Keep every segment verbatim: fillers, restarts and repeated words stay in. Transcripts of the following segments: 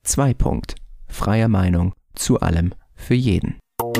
zwei. Freie Meinung zu allem für jeden.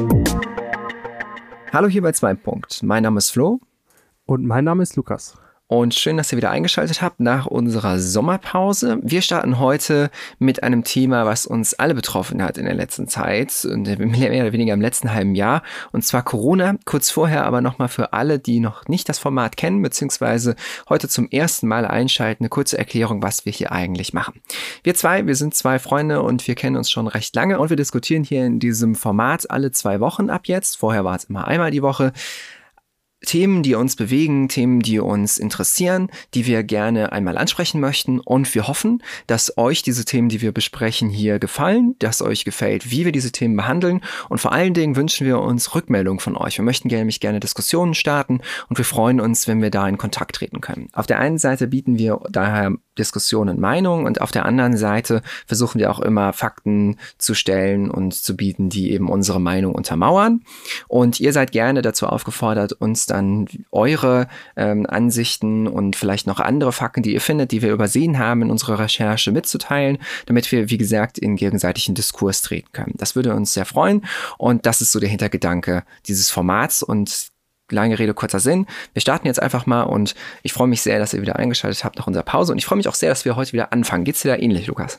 Hallo hier bei zwei. Mein Name ist Flo. Und mein Name ist Lukas. Und schön, dass ihr wieder eingeschaltet habt nach unserer Sommerpause. Wir starten heute mit einem Thema, was uns alle betroffen hat in der letzten Zeit, mehr oder weniger im letzten halben Jahr, und zwar Corona. Kurz vorher aber nochmal für alle, die noch nicht das Format kennen, beziehungsweise heute zum ersten Mal einschalten, eine kurze Erklärung, was wir hier eigentlich machen. Wir zwei, wir sind zwei Freunde und wir kennen uns schon recht lange und wir diskutieren hier in diesem Format alle zwei Wochen ab jetzt. Vorher war es immer einmal die Woche. Themen, die uns bewegen, Themen, die uns interessieren, die wir gerne einmal ansprechen möchten, und wir hoffen, dass euch diese Themen, die wir besprechen, hier gefallen, dass euch gefällt, wie wir diese Themen behandeln, und vor allen Dingen wünschen wir uns Rückmeldung von euch. Wir möchten nämlich gerne Diskussionen starten und wir freuen uns, wenn wir da in Kontakt treten können. Auf der einen Seite bieten wir daher Diskussionen und Meinungen und auf der anderen Seite versuchen wir auch immer Fakten zu stellen und zu bieten, die eben unsere Meinung untermauern, und ihr seid gerne dazu aufgefordert, uns dann eure ähm, Ansichten und vielleicht noch andere Fakten, die ihr findet, die wir übersehen haben in unserer Recherche, mitzuteilen, damit wir, wie gesagt, in gegenseitigen Diskurs treten können. Das würde uns sehr freuen und das ist so der Hintergedanke dieses Formats. Und lange Rede, kurzer Sinn. Wir starten jetzt einfach mal und ich freue mich sehr, dass ihr wieder eingeschaltet habt nach unserer Pause, und ich freue mich auch sehr, dass wir heute wieder anfangen. Geht's dir da ähnlich, Lukas?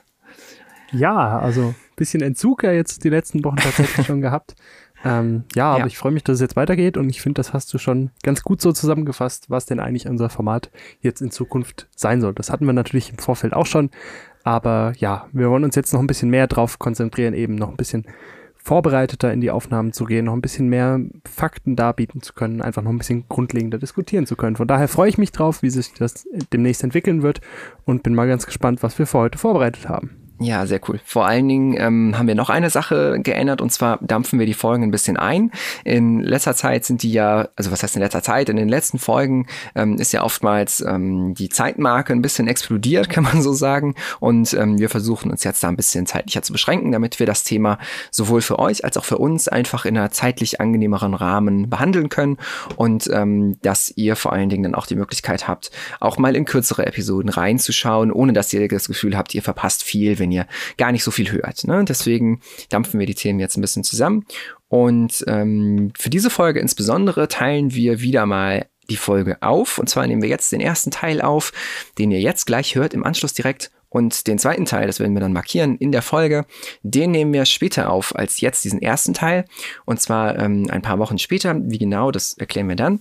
Ja, also ein bisschen Entzug ja jetzt die letzten Wochen tatsächlich schon gehabt. Ähm, ja, aber ja. Ich freue mich, dass es jetzt weitergeht, und ich finde, das hast du schon ganz gut so zusammengefasst, was denn eigentlich unser Format jetzt in Zukunft sein soll. Das hatten wir natürlich im Vorfeld auch schon, aber ja, wir wollen uns jetzt noch ein bisschen mehr drauf konzentrieren, eben noch ein bisschen vorbereiteter in die Aufnahmen zu gehen, noch ein bisschen mehr Fakten darbieten zu können, einfach noch ein bisschen grundlegender diskutieren zu können. Von daher freue ich mich drauf, wie sich das demnächst entwickeln wird, und bin mal ganz gespannt, was wir für heute vorbereitet haben. Ja, sehr cool. Vor allen Dingen ähm, haben wir noch eine Sache geändert, und zwar dampfen wir die Folgen ein bisschen ein. In letzter Zeit sind die ja, also was heißt in letzter Zeit? In den letzten Folgen ähm, ist ja oftmals ähm, die Zeitmarke ein bisschen explodiert, kann man so sagen. Und ähm, wir versuchen uns jetzt da ein bisschen zeitlicher zu beschränken, damit wir das Thema sowohl für euch als auch für uns einfach in einer zeitlich angenehmeren Rahmen behandeln können, und ähm, dass ihr vor allen Dingen dann auch die Möglichkeit habt, auch mal in kürzere Episoden reinzuschauen, ohne dass ihr das Gefühl habt, ihr verpasst viel, wenn ihr gar nicht so viel hört. Ne? Deswegen dampfen wir die Themen jetzt ein bisschen zusammen. Und ähm, für diese Folge insbesondere teilen wir wieder mal die Folge auf. Und zwar nehmen wir jetzt den ersten Teil auf, den ihr jetzt gleich hört, im Anschluss direkt. Und den zweiten Teil, das werden wir dann markieren in der Folge, den nehmen wir später auf als jetzt diesen ersten Teil. Und zwar ähm, ein paar Wochen später. Wie genau, das erklären wir dann.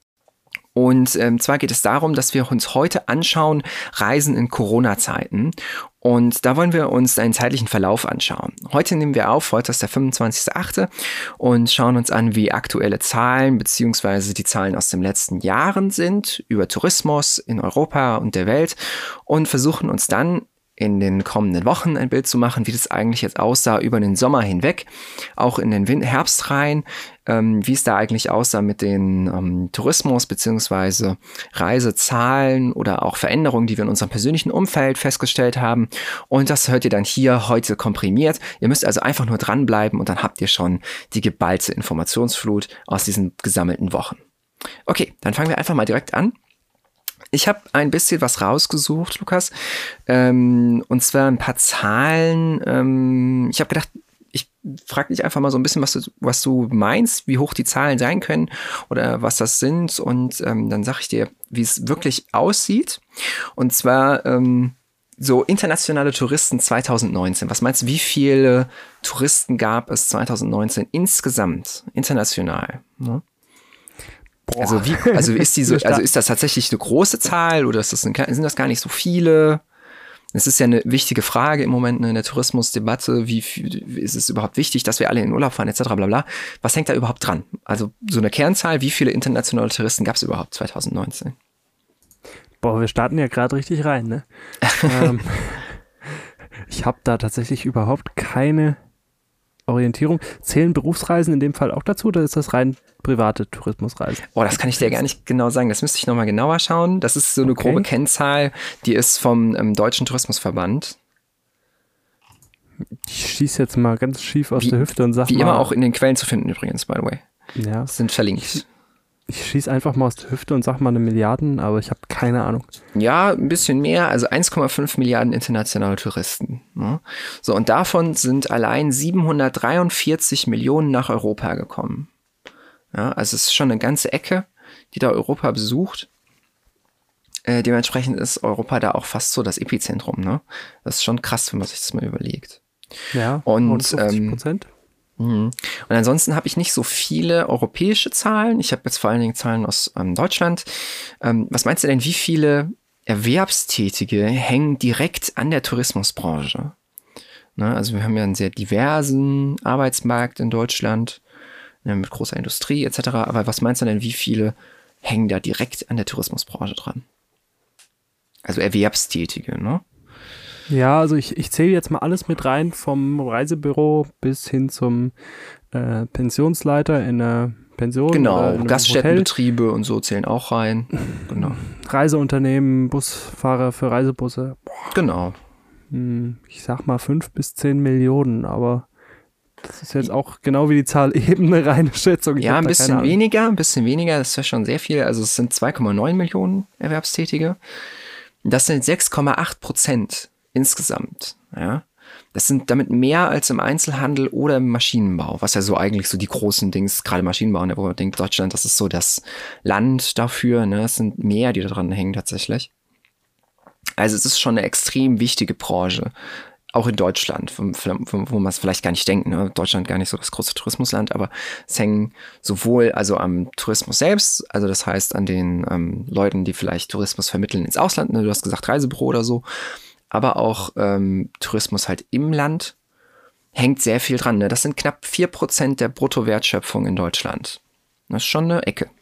Und ähm, zwar geht es darum, dass wir uns heute anschauen, Reisen in Corona-Zeiten. Und da wollen wir uns einen zeitlichen Verlauf anschauen. Heute nehmen wir auf, heute ist der fünfundzwanzigster achte und schauen uns an, wie aktuelle Zahlen bzw. die Zahlen aus den letzten Jahren sind über Tourismus in Europa und der Welt, und versuchen uns dann in den kommenden Wochen ein Bild zu machen, wie das eigentlich jetzt aussah über den Sommer hinweg, auch in den Win- Herbst rein, ähm, wie es da eigentlich aussah mit den ähm, Tourismus- bzw. Reisezahlen oder auch Veränderungen, die wir in unserem persönlichen Umfeld festgestellt haben. Und das hört ihr dann hier heute komprimiert. Ihr müsst also einfach nur dranbleiben, und dann habt ihr schon die geballte Informationsflut aus diesen gesammelten Wochen. Okay, dann fangen wir einfach mal direkt an. Ich habe ein bisschen was rausgesucht, Lukas, ähm, und zwar ein paar Zahlen. Ähm, ich habe gedacht, ich frage dich einfach mal so ein bisschen, was du, was du meinst, wie hoch die Zahlen sein können oder was das sind, und ähm, dann sage ich dir, wie es wirklich aussieht. Und zwar ähm, so internationale Touristen zwanzig neunzehn. Was meinst du, wie viele Touristen gab es zwanzig neunzehn insgesamt, international? Ne? Also wie, also ist diese, also ist das tatsächlich eine große Zahl oder ist das eine, sind das gar nicht so viele? Das ist ja eine wichtige Frage im Moment, ne, in der Tourismusdebatte. Wie viel, ist es überhaupt wichtig, dass wir alle in den Urlaub fahren, et cetera bla bla. Was hängt da überhaupt dran? Also so eine Kernzahl, wie viele internationale Touristen gab es überhaupt zwanzig neunzehn? Boah, wir starten ja gerade richtig rein, ne? ähm, ich habe da tatsächlich überhaupt keine Orientierung. Zählen Berufsreisen in dem Fall auch dazu, oder ist das rein private Tourismusreisen? Oh, das kann ich dir gar nicht genau sagen. Das müsste ich nochmal genauer schauen. Das ist so eine okay. grobe Kennzahl, die ist vom ähm, Deutschen Tourismusverband. Ich schieße jetzt mal ganz schief aus wie, der Hüfte und sag wie mal... Wie immer auch in den Quellen zu finden übrigens, by the way. Ja. Sind verlinkt. Ich, Ich schieße einfach mal aus der Hüfte und sag mal eine Milliarde, aber ich habe keine Ahnung. Ja, ein bisschen mehr, also eins Komma fünf Milliarden internationale Touristen. Ne? So, und davon sind allein siebenhundertdreiundvierzig Millionen nach Europa gekommen. Ja, also es ist schon eine ganze Ecke, die da Europa besucht. Äh, dementsprechend ist Europa da auch fast so das Epizentrum. Ne? Das ist schon krass, wenn man sich das mal überlegt. Ja, und fünfzig Prozent. Ähm, und ansonsten habe ich nicht so viele europäische Zahlen. Ich habe jetzt vor allen Dingen Zahlen aus ähm, Deutschland. Ähm, was meinst du denn, wie viele Erwerbstätige hängen direkt an der Tourismusbranche? Ne, also wir haben ja einen sehr diversen Arbeitsmarkt in Deutschland, ne, mit großer Industrie et cetera. Aber was meinst du denn, wie viele hängen da direkt an der Tourismusbranche dran? Also Erwerbstätige, ne? Ja, also ich, ich zähle jetzt mal alles mit rein, vom Reisebüro bis hin zum äh, Pensionsleiter in der Pension. Genau, Gaststättenbetriebe und so zählen auch rein. Genau. Reiseunternehmen, Busfahrer für Reisebusse. Boah. Genau. Ich sag mal fünf bis zehn Millionen, aber das ist jetzt auch genau wie die Zahl eben eine reine Schätzung. Ich ja, ein bisschen weniger, ein bisschen weniger, das ist schon sehr viel. Also es sind zwei Komma neun Millionen Erwerbstätige. Das sind sechs Komma acht Prozent. Insgesamt, ja. Das sind damit mehr als im Einzelhandel oder im Maschinenbau, was ja so eigentlich so die großen Dings, gerade Maschinenbau, ne, wo man denkt, Deutschland, das ist so das Land dafür, ne, es sind mehr, die da dran hängen tatsächlich. Also es ist schon eine extrem wichtige Branche, auch in Deutschland, wo, wo man es vielleicht gar nicht denkt, ne, Deutschland gar nicht so das große Tourismusland, aber es hängen sowohl also am Tourismus selbst, also das heißt an den ähm, Leuten, die vielleicht Tourismus vermitteln ins Ausland, ne, du hast gesagt Reisebüro oder so, aber auch ähm, Tourismus halt im Land hängt sehr viel dran. Ne? Das sind knapp vier Prozent der Bruttowertschöpfung in Deutschland. Das ist schon eine Ecke.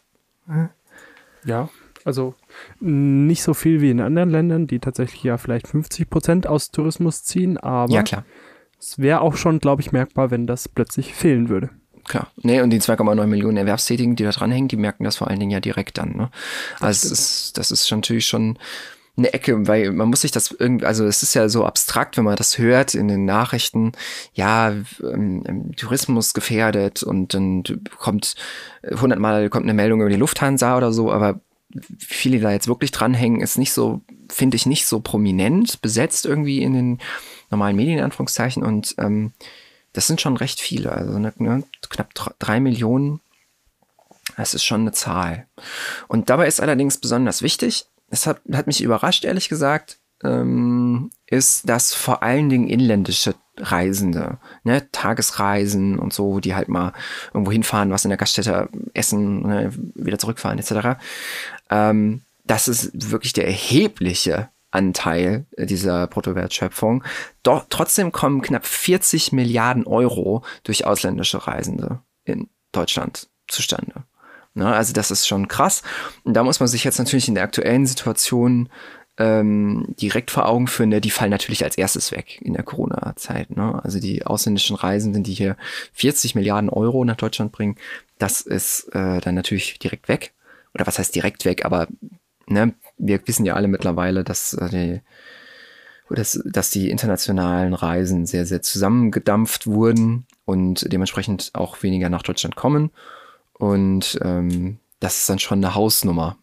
Ja, also nicht so viel wie in anderen Ländern, die tatsächlich ja vielleicht fünfzig Prozent aus Tourismus ziehen, aber ja, klar. Es wäre auch schon, glaube ich, merkbar, wenn das plötzlich fehlen würde. Klar. Nee, und die zwei Komma neun Millionen Erwerbstätigen, die da dranhängen, die merken das vor allen Dingen ja direkt dann. Ne? Also das ist, das ist schon natürlich schon eine Ecke, weil man muss sich das irgendwie, also es ist ja so abstrakt, wenn man das hört in den Nachrichten, ja, ähm, Tourismus gefährdet und dann kommt hundertmal kommt eine Meldung über die Lufthansa oder so, aber viele, die da jetzt wirklich dranhängen, ist nicht so, finde ich, nicht so prominent besetzt irgendwie in den normalen Medien, in Anführungszeichen, und ähm, das sind schon recht viele, also ne, ne, knapp drei Millionen, das ist schon eine Zahl. Und dabei ist allerdings besonders wichtig, das hat, hat mich überrascht, ehrlich gesagt, ähm, ist, dass vor allen Dingen inländische Reisende, ne, Tagesreisen und so, die halt mal irgendwo hinfahren, was in der Gaststätte essen, ne, wieder zurückfahren et cetera. Ähm, das ist wirklich der erhebliche Anteil dieser Bruttowertschöpfung. Doch trotzdem kommen knapp vierzig Milliarden Euro durch ausländische Reisende in Deutschland zustande. Ne, also das ist schon krass. Und da muss man sich jetzt natürlich in der aktuellen Situation ähm, direkt vor Augen führen, ne, die fallen natürlich als erstes weg in der Corona-Zeit. Ne? Also die ausländischen Reisenden, die hier vierzig Milliarden Euro nach Deutschland bringen, das ist äh, dann natürlich direkt weg. Oder was heißt direkt weg, aber ne, wir wissen ja alle mittlerweile, dass, äh, die, dass, dass die internationalen Reisen sehr, sehr zusammengedampft wurden und dementsprechend auch weniger nach Deutschland kommen. Und ähm, das ist dann schon eine Hausnummer,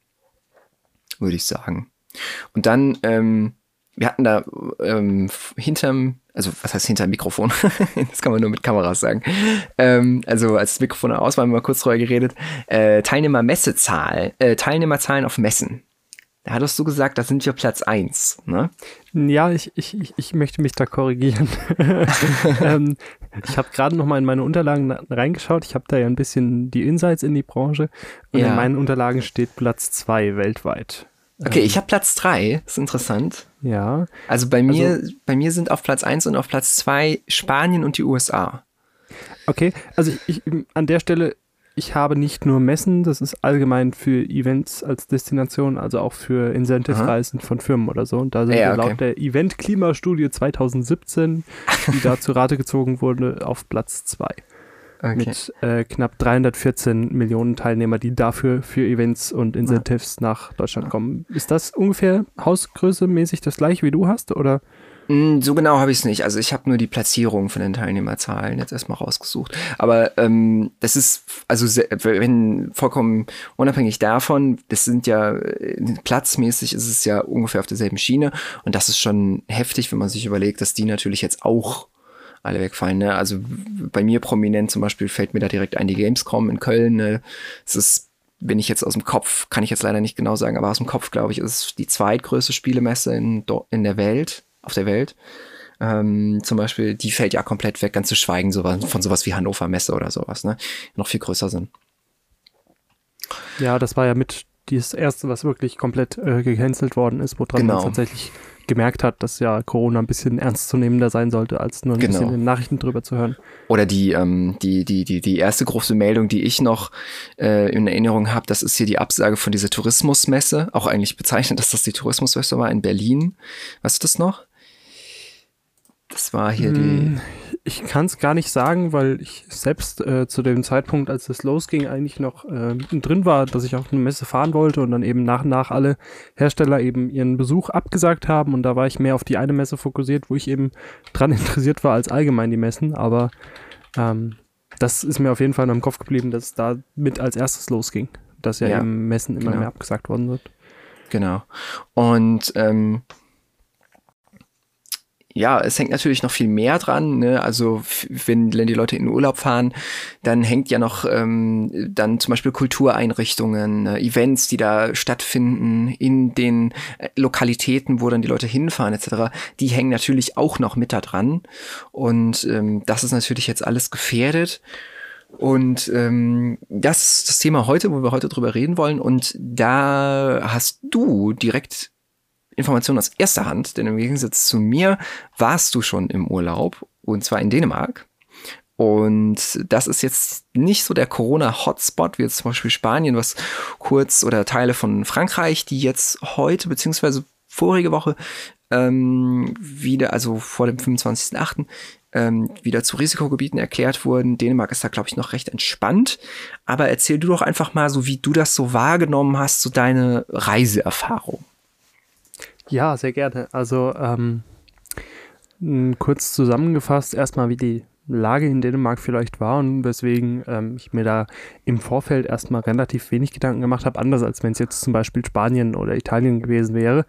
würde ich sagen. Und dann, ähm, wir hatten da ähm, hinterm, also was heißt hinterm Mikrofon? Das kann man nur mit Kameras sagen. Ähm, also als das Mikrofon aus war, haben wir mal kurz drüber geredet. Äh, Teilnehmermessezahl, äh, Teilnehmerzahlen auf Messen. Da hattest du gesagt, da sind wir Platz eins, ne? Ja, ich, ich, ich, ich möchte mich da korrigieren. ähm, ich habe gerade noch mal in meine Unterlagen reingeschaut. Ich habe da ja ein bisschen die Insights in die Branche. Und ja. In meinen Unterlagen steht Platz zwei weltweit. Okay, ähm, ich habe Platz drei. Das ist interessant. Ja. Also bei mir, also, bei mir sind auf Platz eins und auf Platz zwei Spanien und die U S A. Okay, also ich, ich an der Stelle... Ich habe nicht nur Messen, das ist allgemein für Events als Destination, also auch für Incentive-Reisen von Firmen oder so. Und da sind ja, wir okay. laut der Event-Klimastudie zwanzig siebzehn, die da zu Rate gezogen wurde, auf Platz zwei. Okay. Mit äh, knapp dreihundertvierzehn Millionen Teilnehmer, die dafür für Events und Incentives ja. nach Deutschland kommen. Ist das ungefähr hausgrößemäßig das gleiche, wie du hast, oder? So genau habe ich es nicht. Also ich habe nur die Platzierung von den Teilnehmerzahlen jetzt erstmal rausgesucht. Aber ähm, das ist, also sehr, wenn vollkommen unabhängig davon, das sind ja, platzmäßig ist es ja ungefähr auf derselben Schiene. Und das ist schon heftig, wenn man sich überlegt, dass die natürlich jetzt auch alle wegfallen. Ne? Also bei mir prominent zum Beispiel fällt mir da direkt ein die Gamescom in Köln. Ne? Es ist, wenn ich jetzt aus dem Kopf, kann ich jetzt leider nicht genau sagen, aber aus dem Kopf, glaube ich, ist es die zweitgrößte Spielemesse in, in der Welt. auf der Welt. Ähm, zum Beispiel, die fällt ja komplett weg, ganz zu schweigen so, von sowas wie Hannover Messe oder sowas, ne? Noch viel größer sind. Ja, das war ja mit das erste, was wirklich komplett äh, gecancelt worden ist, woran genau. man tatsächlich gemerkt hat, dass ja Corona ein bisschen ernstzunehmender sein sollte, als nur ein genau. bisschen in den Nachrichten drüber zu hören. Oder die, ähm, die, die, die, die erste große Meldung, die ich noch äh, in Erinnerung habe, das ist hier die Absage von dieser Tourismusmesse, auch eigentlich bezeichnet, dass das die Tourismusmesse war in Berlin. Weißt du das noch? Das war hier die... Ich kann es gar nicht sagen, weil ich selbst äh, zu dem Zeitpunkt, als es losging, eigentlich noch äh, drin war, dass ich auf eine Messe fahren wollte und dann eben nach und nach alle Hersteller eben ihren Besuch abgesagt haben und da war ich mehr auf die eine Messe fokussiert, wo ich eben dran interessiert war als allgemein die Messen, aber ähm, das ist mir auf jeden Fall noch im Kopf geblieben, dass es da mit als erstes losging, dass ja, ja eben Messen immer genau. mehr abgesagt worden sind. Genau. Und ähm, ja, es hängt natürlich noch viel mehr dran, ne? Also wenn, wenn die Leute in den Urlaub fahren, dann hängt ja noch ähm, dann zum Beispiel Kultureinrichtungen, äh, Events, die da stattfinden in den äh, Lokalitäten, wo dann die Leute hinfahren et cetera. Die hängen natürlich auch noch mit da dran und ähm, das ist natürlich jetzt alles gefährdet. Und ähm, das ist das Thema heute, wo wir heute drüber reden wollen und da hast du direkt Informationen aus erster Hand, denn im Gegensatz zu mir warst du schon im Urlaub und zwar in Dänemark und das ist jetzt nicht so der Corona-Hotspot wie jetzt zum Beispiel Spanien, was kurz oder Teile von Frankreich, die jetzt heute beziehungsweise vorige Woche ähm, wieder, also vor dem fünfundzwanzigsten achten ähm, wieder zu Risikogebieten erklärt wurden. Dänemark ist da, glaube ich, noch recht entspannt, aber erzähl du doch einfach mal so, wie du das so wahrgenommen hast, so deine Reiseerfahrung. Ja, sehr gerne. Also ähm, kurz zusammengefasst erstmal, wie die Lage in Dänemark vielleicht war und weswegen ähm, ich mir da im Vorfeld erstmal relativ wenig Gedanken gemacht habe, anders als wenn es jetzt zum Beispiel Spanien oder Italien gewesen wäre,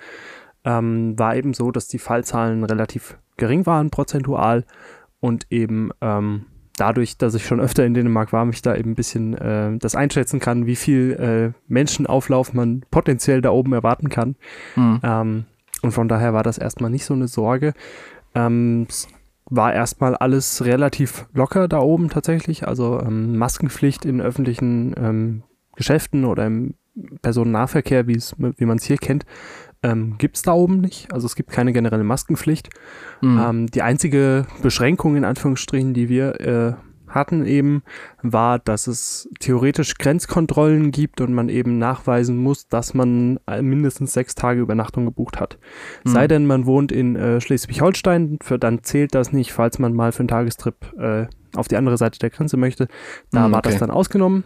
ähm, war eben so, dass die Fallzahlen relativ gering waren prozentual und eben ähm, dadurch, dass ich schon öfter in Dänemark war, mich da eben ein bisschen äh, das einschätzen kann, wie viel äh, Menschenauflauf man potenziell da oben erwarten kann. Mhm. Ähm, und von daher war das erstmal nicht so eine Sorge. Ähm, es war erstmal alles relativ locker da oben tatsächlich. Also ähm, Maskenpflicht in öffentlichen ähm, Geschäften oder im Personennahverkehr, wie man es hier kennt, ähm, gibt es da oben nicht. Also es gibt keine generelle Maskenpflicht. Mhm. Ähm, die einzige Beschränkung in Anführungsstrichen, die wir äh, hatten eben, war, dass es theoretisch Grenzkontrollen gibt und man eben nachweisen muss, dass man mindestens sechs Tage Übernachtung gebucht hat. Mhm. Sei denn, man wohnt in äh, Schleswig-Holstein, für dann zählt das nicht, falls man mal für einen Tagestrip äh, auf die andere Seite der Grenze möchte. Da mhm, war okay. das dann ausgenommen.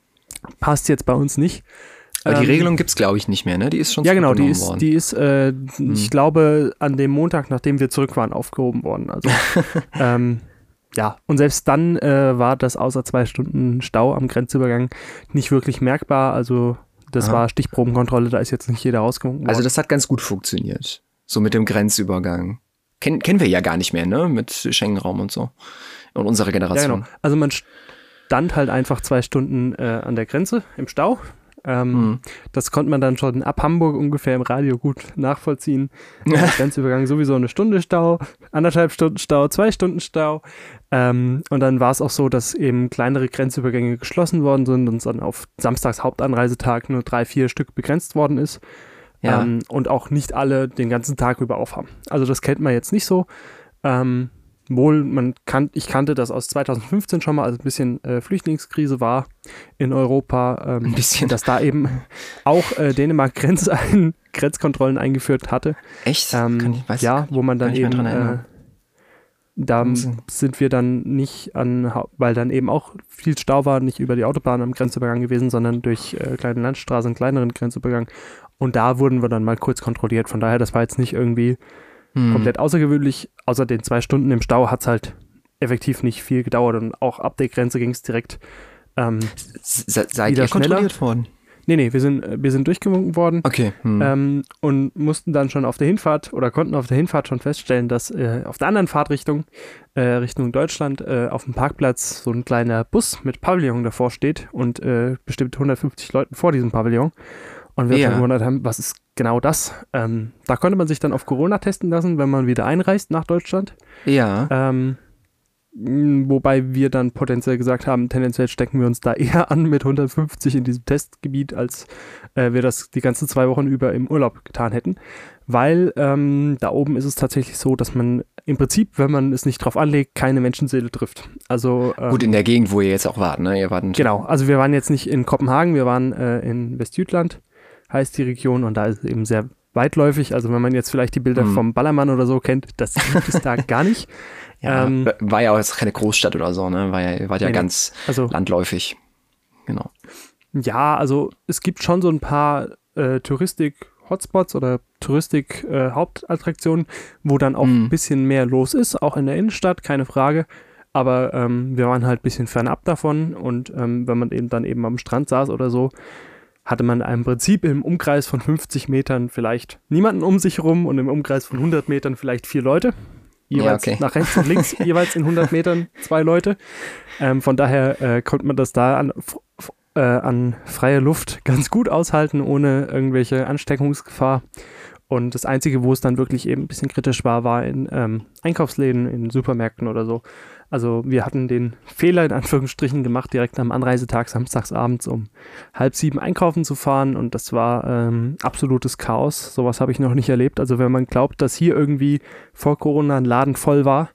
Passt jetzt bei uns nicht. Aber die Regelung gibt es, glaube ich, nicht mehr, ne? Die ist schon ja, genau, die ist, worden. die ist, äh, hm. ich glaube, an dem Montag, nachdem wir zurück waren, aufgehoben worden. Also, ähm, ja, und selbst dann äh, war das außer zwei Stunden Stau am Grenzübergang nicht wirklich merkbar. Also, das Aha. war Stichprobenkontrolle, da ist jetzt nicht jeder rausgekommen worden. Also, das hat ganz gut funktioniert. So mit dem Grenzübergang. Ken- kennen wir ja gar nicht mehr, ne? Mit Schengen-Raum und so. Und unserer Generation. Ja, genau. Also, man stand halt einfach zwei Stunden äh, an der Grenze im Stau. Ähm, mhm. Das konnte man dann schon ab Hamburg ungefähr im Radio gut nachvollziehen. Der Grenzübergang sowieso eine Stunde Stau, anderthalb Stunden Stau, zwei Stunden Stau. Ähm, und dann war es auch so, dass eben kleinere Grenzübergänge geschlossen worden sind und dann auf Samstags Hauptanreisetag nur drei, vier Stück begrenzt worden ist. Ja. Ähm, und auch nicht alle den ganzen Tag über aufhaben. Also das kennt man jetzt nicht so. Ähm, Wohl, man kan- ich kannte das aus zweitausendfünfzehn schon mal, als ein bisschen äh, Flüchtlingskrise war in Europa, ähm, ein bisschen. dass da eben auch äh, Dänemark Grenz- ein, Grenzkontrollen eingeführt hatte. Echt? Ähm, kann ich, weiß ja, wo man dann eben, äh, da Wahnsinn. sind wir dann nicht an, weil dann eben auch viel Stau war, nicht über die Autobahn am Grenzübergang gewesen, sondern durch äh, kleine Landstraßen, kleineren Grenzübergang. Und da wurden wir dann mal kurz kontrolliert. Von daher, das war jetzt nicht irgendwie hm. komplett außergewöhnlich. Außer den zwei Stunden im Stau hat es halt effektiv nicht viel gedauert und auch ab der Grenze ging es direkt ähm, Se- Seid ihr kontrolliert worden? Nee, nee, wir sind, wir sind durchgewunken worden. Okay. Hm. Ähm, und mussten dann schon auf der Hinfahrt oder konnten auf der Hinfahrt schon feststellen, dass äh, auf der anderen Fahrtrichtung, äh, Richtung Deutschland, äh, auf dem Parkplatz so ein kleiner Bus mit Pavillon davor steht und äh, bestimmt hundertfünfzig Leuten vor diesem Pavillon. Und wir Ja. uns gewundert haben, was ist genau das? Ähm, da konnte man sich dann auf Corona testen lassen, wenn man wieder einreist nach Deutschland. Ja. Ähm, Wobei wir dann potenziell gesagt haben, tendenziell stecken wir uns da eher an mit hundertfünfzig in diesem Testgebiet, als äh, wir das die ganzen zwei Wochen über im Urlaub getan hätten. Weil ähm, da oben ist es tatsächlich so, dass man im Prinzip, wenn man es nicht drauf anlegt, keine Menschenseele trifft. Also ähm, Gut, in der Gegend, wo ihr jetzt auch wart, ne? Ihr wart genau, also wir waren jetzt nicht in Kopenhagen, wir waren äh, in Westjütland, heißt die Region, und da ist es eben sehr weitläufig. Also wenn man jetzt vielleicht die Bilder hm. vom Ballermann oder so kennt, das gibt es da gar nicht. Ja, ähm, war ja auch jetzt keine Großstadt oder so, ne? War ja, war ja nee, ganz also, landläufig. Genau. Ja, also es gibt schon so ein paar äh, Touristik-Hotspots oder Touristik-Hauptattraktionen, äh, wo dann auch mhm. ein bisschen mehr los ist, auch in der Innenstadt, keine Frage. Aber ähm, wir waren halt ein bisschen fernab davon und ähm, wenn man eben dann eben am Strand saß oder so, hatte man im Prinzip im Umkreis von fünfzig Metern vielleicht niemanden um sich rum und im Umkreis von hundert Metern vielleicht vier Leute. Jeweils ja, okay. nach rechts und links, jeweils in hundert Metern zwei Leute. Ähm, von daher äh, konnte man das da an, f- äh, an freier Luft ganz gut aushalten, ohne irgendwelche Ansteckungsgefahr. Und das Einzige, wo es dann wirklich eben ein bisschen kritisch war, war in ähm, Einkaufsläden, in Supermärkten oder so. Also wir hatten den Fehler in Anführungsstrichen gemacht, direkt am Anreisetag samstagsabends um halb sieben einkaufen zu fahren, und das war ähm, absolutes Chaos. Sowas habe ich noch nicht erlebt. Also wenn man glaubt, dass hier irgendwie vor Corona ein Laden voll war,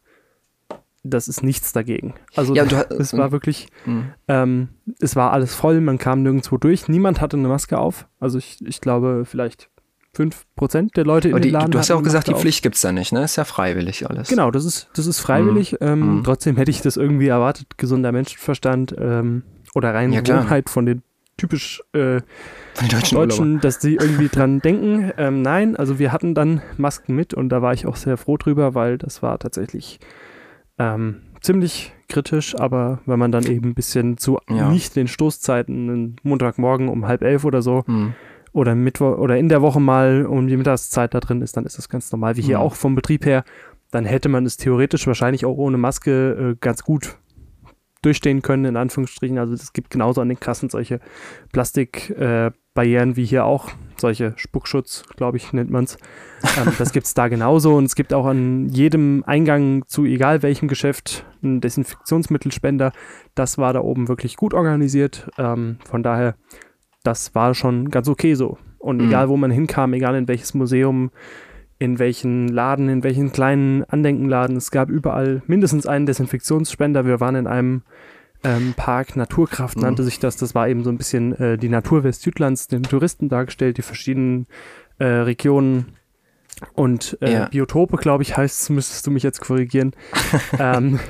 das ist nichts dagegen. Also ja, du, es war wirklich, ähm, es war alles voll, man kam nirgendwo durch, niemand hatte eine Maske auf. Also ich, ich glaube vielleicht fünf Prozent der Leute in die, den Laden. Du hast ja auch gesagt, die auf. Pflicht gibt es da nicht, ne? Ist ja freiwillig alles. Genau, das ist, das ist freiwillig. Mhm. Ähm, mhm. Trotzdem hätte ich das irgendwie erwartet, gesunder Menschenverstand ähm, oder rein ja, Gewohnheit von den typisch äh, von den deutschen, Deutschen, dass sie irgendwie dran denken. Ähm, nein, also wir hatten dann Masken mit und da war ich auch sehr froh drüber, weil das war tatsächlich ähm, ziemlich kritisch, aber wenn man dann eben ein bisschen zu ja. nicht den Stoßzeiten, einen Montagmorgen um halb elf oder so, mhm. oder Mittwoch oder in der Woche mal um die Mittagszeit da drin ist, dann ist das ganz normal, wie hier mhm. auch vom Betrieb her. Dann hätte man es theoretisch wahrscheinlich auch ohne Maske äh, ganz gut durchstehen können, in Anführungsstrichen. Also es gibt genauso an den Kassen solche Plastikbarrieren äh, wie hier auch, solche Spuckschutz, glaube ich, nennt man es. Ähm, das gibt es da genauso, und es gibt auch an jedem Eingang zu egal welchem Geschäft einen Desinfektionsmittelspender. Das war da oben wirklich gut organisiert. Ähm, von daher, das war schon ganz okay so. Und mhm. egal, wo man hinkam, egal in welches Museum, in welchen Laden, in welchen kleinen Andenkenladen, es gab überall mindestens einen Desinfektionsspender. Wir waren in einem ähm, Park, Naturkraft mhm. nannte sich das. Das war eben so ein bisschen äh, die Natur Westjütlands, den Touristen dargestellt, die verschiedenen äh, Regionen und äh, ja. Biotope, glaube ich, heißt es, müsstest du mich jetzt korrigieren. ähm,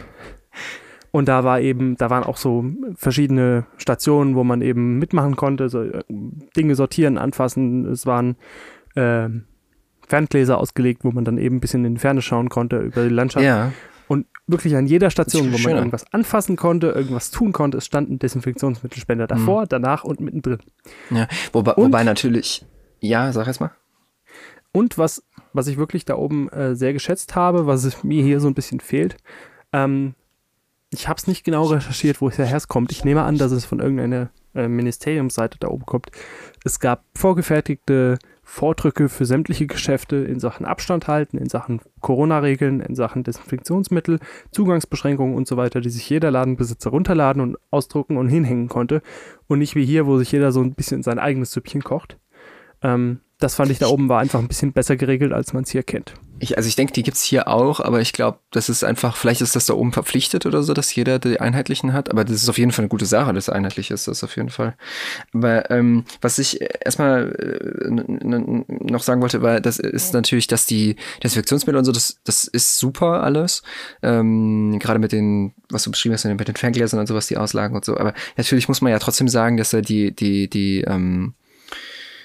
Und da war eben, da waren auch so verschiedene Stationen, wo man eben mitmachen konnte, so Dinge sortieren, anfassen. Es waren äh, Ferngläser ausgelegt, wo man dann eben ein bisschen in die Ferne schauen konnte über die Landschaft. Ja. Und wirklich an jeder Station, wo man schöner. irgendwas anfassen konnte, irgendwas tun konnte, es stand ein Desinfektionsmittelspender davor, mhm. danach und mittendrin. Ja, wobei, und, wobei natürlich, ja, sag erst mal. Und was, was ich wirklich da oben äh, sehr geschätzt habe, was es mir hier so ein bisschen fehlt, ähm, ich habe es nicht genau recherchiert, wo es herkommt. Ich nehme an, dass es von irgendeiner äh, Ministeriumsseite da oben kommt. Es gab vorgefertigte Vordrücke für sämtliche Geschäfte in Sachen Abstand halten, in Sachen Corona-Regeln, in Sachen Desinfektionsmittel, Zugangsbeschränkungen und so weiter, die sich jeder Ladenbesitzer runterladen und ausdrucken und hinhängen konnte. Und nicht wie hier, wo sich jeder so ein bisschen sein eigenes Süppchen kocht. Ähm, das fand ich da oben war einfach ein bisschen besser geregelt, als man es hier kennt. Ich, also ich denke, die gibt's hier auch, aber ich glaube, das ist einfach, vielleicht ist das da oben verpflichtet oder so, dass jeder die einheitlichen hat, aber das ist auf jeden Fall eine gute Sache, dass es einheitlich ist, das auf jeden Fall. Aber ähm, was ich erstmal äh, n- n- noch sagen wollte, war, das ist natürlich, dass die Desinfektionsmittel und so, das, das ist super alles, ähm, gerade mit den, was du beschrieben hast, mit den Ferngläsern und sowas, die Auslagen und so, aber natürlich muss man ja trotzdem sagen, dass da die, die, die, ähm,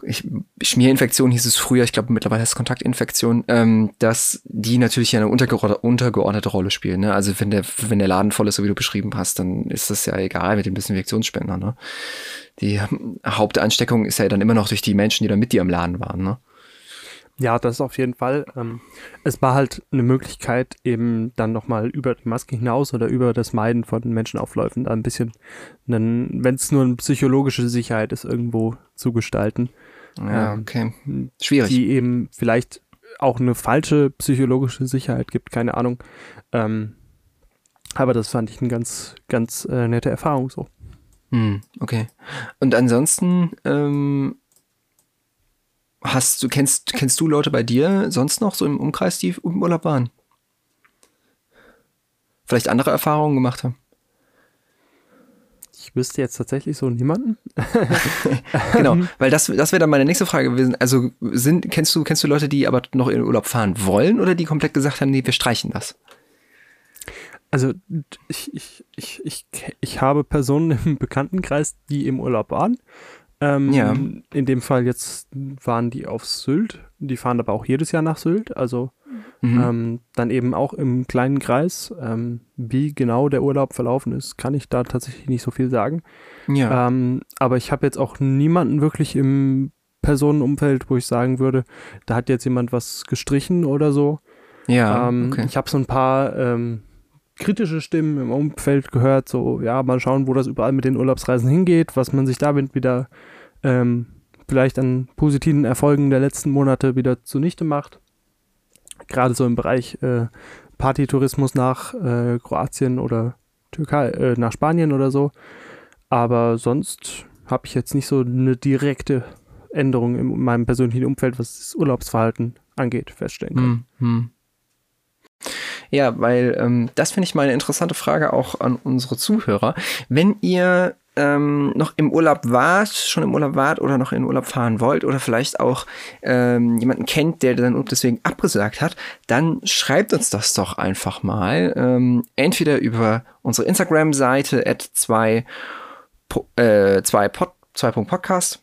ich, Schmierinfektion hieß es früher, ich glaube mittlerweile heißt es Kontaktinfektion, ähm, dass die natürlich eine untergeordnete, untergeordnete Rolle spielen. Ne? Also wenn der, wenn der Laden voll ist, so wie du beschrieben hast, dann ist das ja egal mit dem Desinfektionsspender. Ne? Die Hauptansteckung ist ja dann immer noch durch die Menschen, die da mit dir im Laden waren. Ne? Ja, das ist auf jeden Fall. Ähm, es war halt eine Möglichkeit, eben dann nochmal über die Maske hinaus oder über das Meiden von Menschenaufläufen da ein bisschen, wenn es nur eine psychologische Sicherheit ist, irgendwo zu gestalten. Ja, okay. Schwierig. Die eben vielleicht auch eine falsche psychologische Sicherheit gibt, keine Ahnung. Ähm, aber das fand ich eine ganz, ganz äh, nette Erfahrung so. Hm, okay. Und ansonsten, ähm, Hast du, kennst, kennst du Leute bei dir sonst noch so im Umkreis, die im Urlaub waren? Vielleicht andere Erfahrungen gemacht haben? Ich wüsste jetzt tatsächlich so niemanden. Genau, weil das, das wäre dann meine nächste Frage gewesen. Also sind, kennst du, kennst du Leute, die aber noch in den Urlaub fahren wollen oder die komplett gesagt haben, nee, wir streichen das? Also ich, ich, ich, ich, ich habe Personen im Bekanntenkreis, die im Urlaub waren. Ähm, ja. In dem Fall jetzt waren die auf Sylt, die fahren aber auch jedes Jahr nach Sylt, also mhm. ähm, dann eben auch im kleinen Kreis. Ähm, wie genau der Urlaub verlaufen ist, kann ich da tatsächlich nicht so viel sagen. Ja. Ähm, aber ich habe jetzt auch niemanden wirklich im Personenumfeld, wo ich sagen würde, da hat jetzt jemand was gestrichen oder so. Ja, ähm, okay. Ich habe so ein paar ähm, kritische Stimmen im Umfeld gehört, so, ja, mal schauen, wo das überall mit den Urlaubsreisen hingeht, was man sich damit wieder ähm, vielleicht an positiven Erfolgen der letzten Monate wieder zunichte macht. Gerade so im Bereich äh, Partytourismus nach äh, Kroatien oder Türkei, äh, nach Spanien oder so. Aber sonst habe ich jetzt nicht so eine direkte Änderung in meinem persönlichen Umfeld, was das Urlaubsverhalten angeht, feststellen können. Mhm. Ja, weil ähm, das finde ich mal eine interessante Frage auch an unsere Zuhörer. Wenn ihr ähm, noch im Urlaub wart, schon im Urlaub wart oder noch in den Urlaub fahren wollt oder vielleicht auch ähm, jemanden kennt, der dann deswegen abgesagt hat, dann schreibt uns das doch einfach mal. Ähm, entweder über unsere Instagram-Seite at zwei Punkt podcast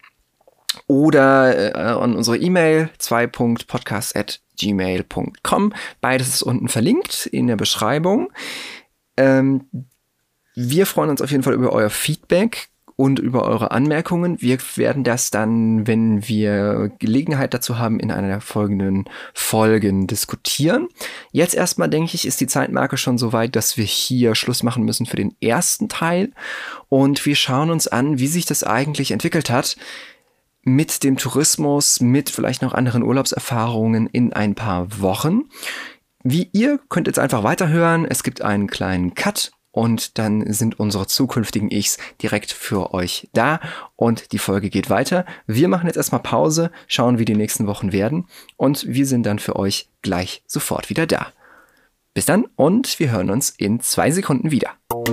oder äh, an unsere E-Mail zwei Punkt podcast at gmail Punkt com. Beides ist unten verlinkt in der Beschreibung. Ähm, wir freuen uns auf jeden Fall über euer Feedback und über eure Anmerkungen. Wir werden das dann, wenn wir Gelegenheit dazu haben, in einer der folgenden Folgen diskutieren. Jetzt erstmal, denke ich, ist die Zeitmarke schon so weit, dass wir hier Schluss machen müssen für den ersten Teil. Und wir schauen uns an, wie sich das eigentlich entwickelt hat mit dem Tourismus, mit vielleicht noch anderen Urlaubserfahrungen in ein paar Wochen. Wie ihr könnt jetzt einfach weiterhören. Es gibt einen kleinen Cut und dann sind unsere zukünftigen Ichs direkt für euch da und die Folge geht weiter. Wir machen jetzt erstmal Pause, schauen, wie die nächsten Wochen werden und wir sind dann für euch gleich sofort wieder da. Bis dann und wir hören uns in zwei Sekunden wieder.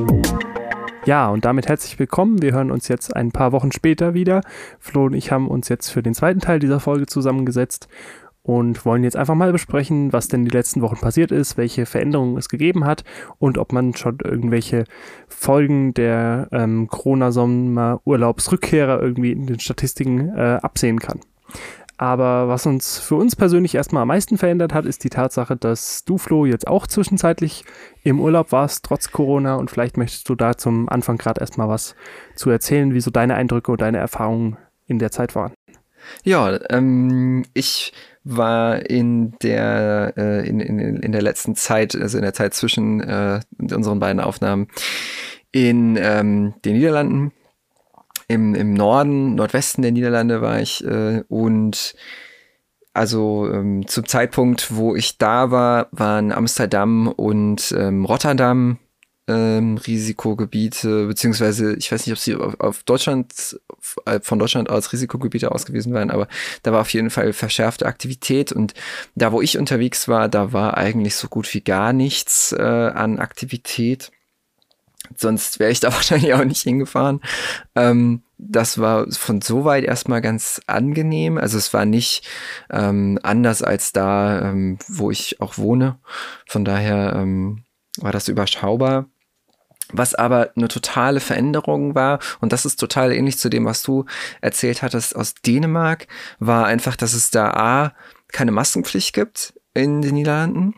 Ja, und damit herzlich willkommen. Wir hören uns jetzt ein paar Wochen später wieder. Flo und ich haben uns jetzt für den zweiten Teil dieser Folge zusammengesetzt und wollen jetzt einfach mal besprechen, was denn die letzten Wochen passiert ist, welche Veränderungen es gegeben hat und ob man schon irgendwelche Folgen der ähm, Corona-Sommer-Urlaubsrückkehrer irgendwie in den Statistiken äh, absehen kann. Aber was uns für uns persönlich erstmal am meisten verändert hat, ist die Tatsache, dass du, Flo, jetzt auch zwischenzeitlich im Urlaub warst, trotz Corona. Und vielleicht möchtest du da zum Anfang gerade erstmal was zu erzählen, wie so deine Eindrücke und deine Erfahrungen in der Zeit waren. Ja, ähm, ich war in der äh, in, in, in der letzten Zeit, also in der Zeit zwischen äh, unseren beiden Aufnahmen in ähm, den Niederlanden. Im, im Norden, Nordwesten der Niederlande war ich äh, und also ähm, zum Zeitpunkt, wo ich da war, waren Amsterdam und ähm, Rotterdam ähm, Risikogebiete, beziehungsweise ich weiß nicht, ob sie auf, auf Deutschland, von Deutschland aus Risikogebiete ausgewiesen waren, aber da war auf jeden Fall verschärfte Aktivität und da, wo ich unterwegs war, da war eigentlich so gut wie gar nichts äh, an Aktivität. Sonst wäre ich da wahrscheinlich auch nicht hingefahren. Ähm, das war von so weit erstmal ganz angenehm. Also es war nicht ähm, anders als da, ähm, wo ich auch wohne. Von daher ähm, war das überschaubar. Was aber eine totale Veränderung war, und das ist total ähnlich zu dem, was du erzählt hattest aus Dänemark, war einfach, dass es da A, keine Maskenpflicht gibt in den Niederlanden,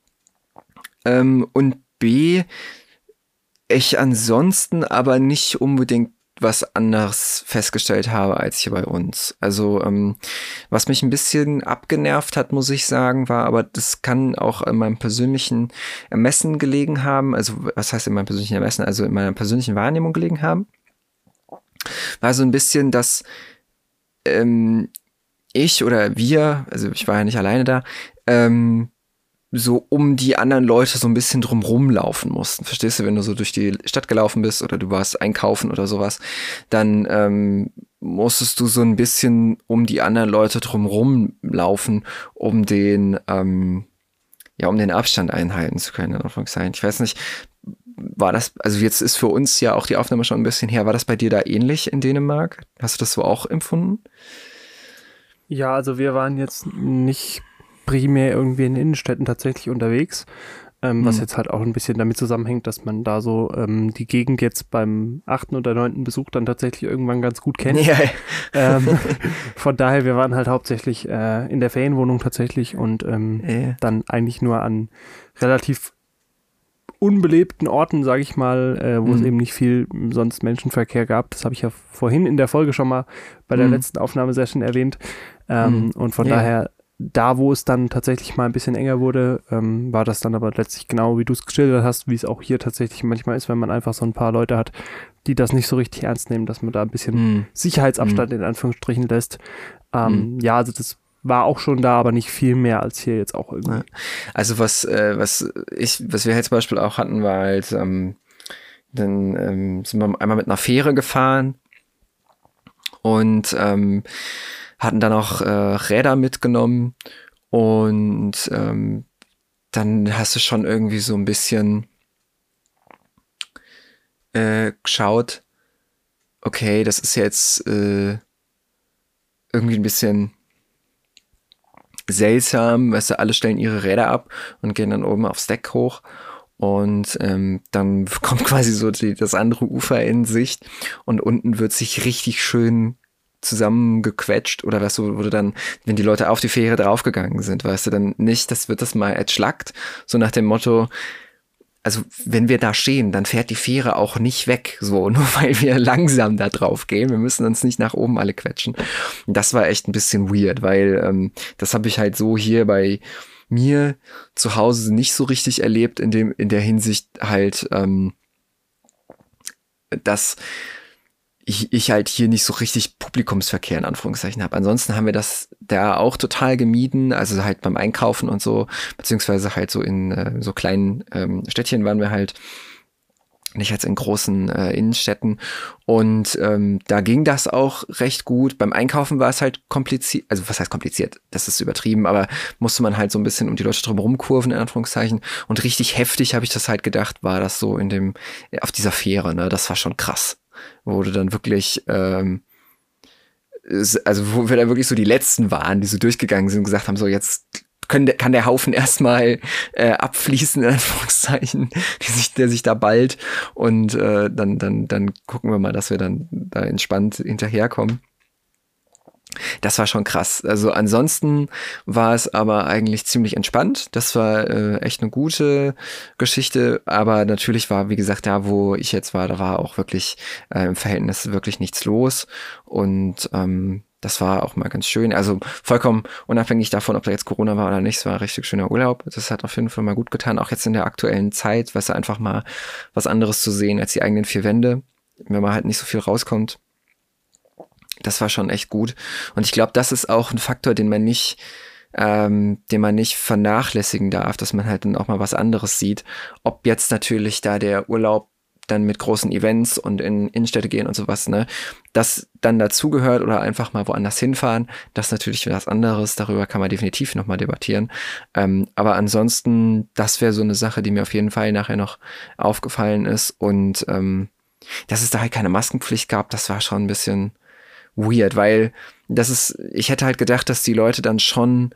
ähm, und B, ich ansonsten aber nicht unbedingt was anderes festgestellt habe als hier bei uns. Also ähm, was mich ein bisschen abgenervt hat, muss ich sagen, war, aber das kann auch in meinem persönlichen Ermessen gelegen haben, also was heißt in meinem persönlichen Ermessen, also in meiner persönlichen Wahrnehmung gelegen haben, war so ein bisschen, dass ähm, ich oder wir, also ich war ja nicht alleine da, ähm, so um die anderen Leute so ein bisschen drumrum laufen mussten. Verstehst du, wenn du so durch die Stadt gelaufen bist oder du warst einkaufen oder sowas, dann ähm, musstest du so ein bisschen um die anderen Leute drumrum laufen, um den, ähm, ja, um den Abstand einhalten zu können, in Anführungszeichen. Ich weiß nicht, war das, also jetzt ist für uns ja auch die Aufnahme schon ein bisschen her, war das bei dir da ähnlich in Dänemark? Hast du das so auch empfunden? Ja, also wir waren jetzt nicht primär irgendwie in den Innenstädten tatsächlich unterwegs, ähm, hm. was jetzt halt auch ein bisschen damit zusammenhängt, dass man da so ähm, die Gegend jetzt beim achten oder neunten Besuch dann tatsächlich irgendwann ganz gut kennt. Ja. ähm, von daher, wir waren halt hauptsächlich äh, in der Ferienwohnung tatsächlich und ähm, ja. dann eigentlich nur an relativ unbelebten Orten, sage ich mal, äh, wo mhm. es eben nicht viel sonst Menschenverkehr gab. Das habe ich ja vorhin in der Folge schon mal bei der mhm. letzten Aufnahmesession erwähnt. Ähm, mhm. Und von ja. daher, da wo es dann tatsächlich mal ein bisschen enger wurde, ähm, war das dann aber letztlich genau, wie du es geschildert hast, wie es auch hier tatsächlich manchmal ist, wenn man einfach so ein paar Leute hat, die das nicht so richtig ernst nehmen, dass man da ein bisschen mhm. Sicherheitsabstand mhm. in Anführungsstrichen lässt. Ähm, mhm. Ja, also das war auch schon da, aber nicht viel mehr als hier jetzt auch irgendwie. Also was, äh, was ich, was wir halt zum Beispiel auch hatten, war halt, ähm, dann ähm, sind wir einmal mit einer Fähre gefahren und ähm, hatten dann auch äh, Räder mitgenommen und ähm, dann hast du schon irgendwie so ein bisschen äh, geschaut, okay, das ist jetzt äh, irgendwie ein bisschen seltsam, weißt du, alle stellen ihre Räder ab und gehen dann oben aufs Deck hoch und ähm, dann kommt quasi so die, das andere Ufer in Sicht und unten wird sich richtig schön zusammengequetscht oder was so, wurde dann, wenn die Leute auf die Fähre draufgegangen sind, weißt du, dann nicht, das wird das mal erschlackt, so nach dem Motto, also wenn wir da stehen, dann fährt die Fähre auch nicht weg, so, nur weil wir langsam da drauf gehen. Wir müssen uns nicht nach oben alle quetschen. Und das war echt ein bisschen weird, weil ähm, das habe ich halt so hier bei mir zu Hause nicht so richtig erlebt, in dem in der Hinsicht halt, ähm, dass ich, ich halt hier nicht so richtig Publikumsverkehr in Anführungszeichen habe. Ansonsten haben wir das da auch total gemieden, also halt beim Einkaufen und so, beziehungsweise halt so in äh, so kleinen ähm, Städtchen waren wir halt, nicht als in großen äh, Innenstädten und ähm, da ging das auch recht gut. Beim Einkaufen war es halt kompliziert, also was heißt kompliziert, das ist übertrieben, aber musste man halt so ein bisschen um die Leute drumherum kurven, in Anführungszeichen, und richtig heftig habe ich das halt gedacht, war das so in dem, auf dieser Fähre, ne, das war schon krass. Wo du dann wirklich, ähm, also wo wir da wirklich so die Letzten waren, die so durchgegangen sind und gesagt haben, so jetzt können, kann der Haufen erstmal äh, abfließen, in Anführungszeichen, die sich, der sich da ballt und äh, dann, dann, dann gucken wir mal, dass wir dann da entspannt hinterherkommen. Das war schon krass. Also ansonsten war es aber eigentlich ziemlich entspannt. Das war äh, echt eine gute Geschichte. Aber natürlich war, wie gesagt, da, wo ich jetzt war, da war auch wirklich äh, im Verhältnis wirklich nichts los. Und ähm, das war auch mal ganz schön. Also vollkommen unabhängig davon, ob da jetzt Corona war oder nicht. Es war ein richtig schöner Urlaub. Das hat auf jeden Fall mal gut getan. Auch jetzt in der aktuellen Zeit, weißt du, einfach mal was anderes zu sehen als die eigenen vier Wände. Wenn man halt nicht so viel rauskommt. Das war schon echt gut. Und ich glaube, das ist auch ein Faktor, den man nicht, ähm, den man nicht vernachlässigen darf, dass man halt dann auch mal was anderes sieht. Ob jetzt natürlich da der Urlaub dann mit großen Events und in Innenstädte gehen und sowas, ne, das dann dazugehört oder einfach mal woanders hinfahren, das ist natürlich was anderes. Darüber kann man definitiv nochmal debattieren. Ähm, aber ansonsten, das wäre so eine Sache, die mir auf jeden Fall nachher noch aufgefallen ist. Und ähm, dass es da halt keine Maskenpflicht gab, das war schon ein bisschen weird, weil das ist, ich hätte halt gedacht, dass die Leute dann schon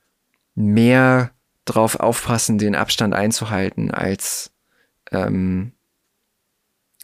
mehr drauf aufpassen, den Abstand einzuhalten, als ähm,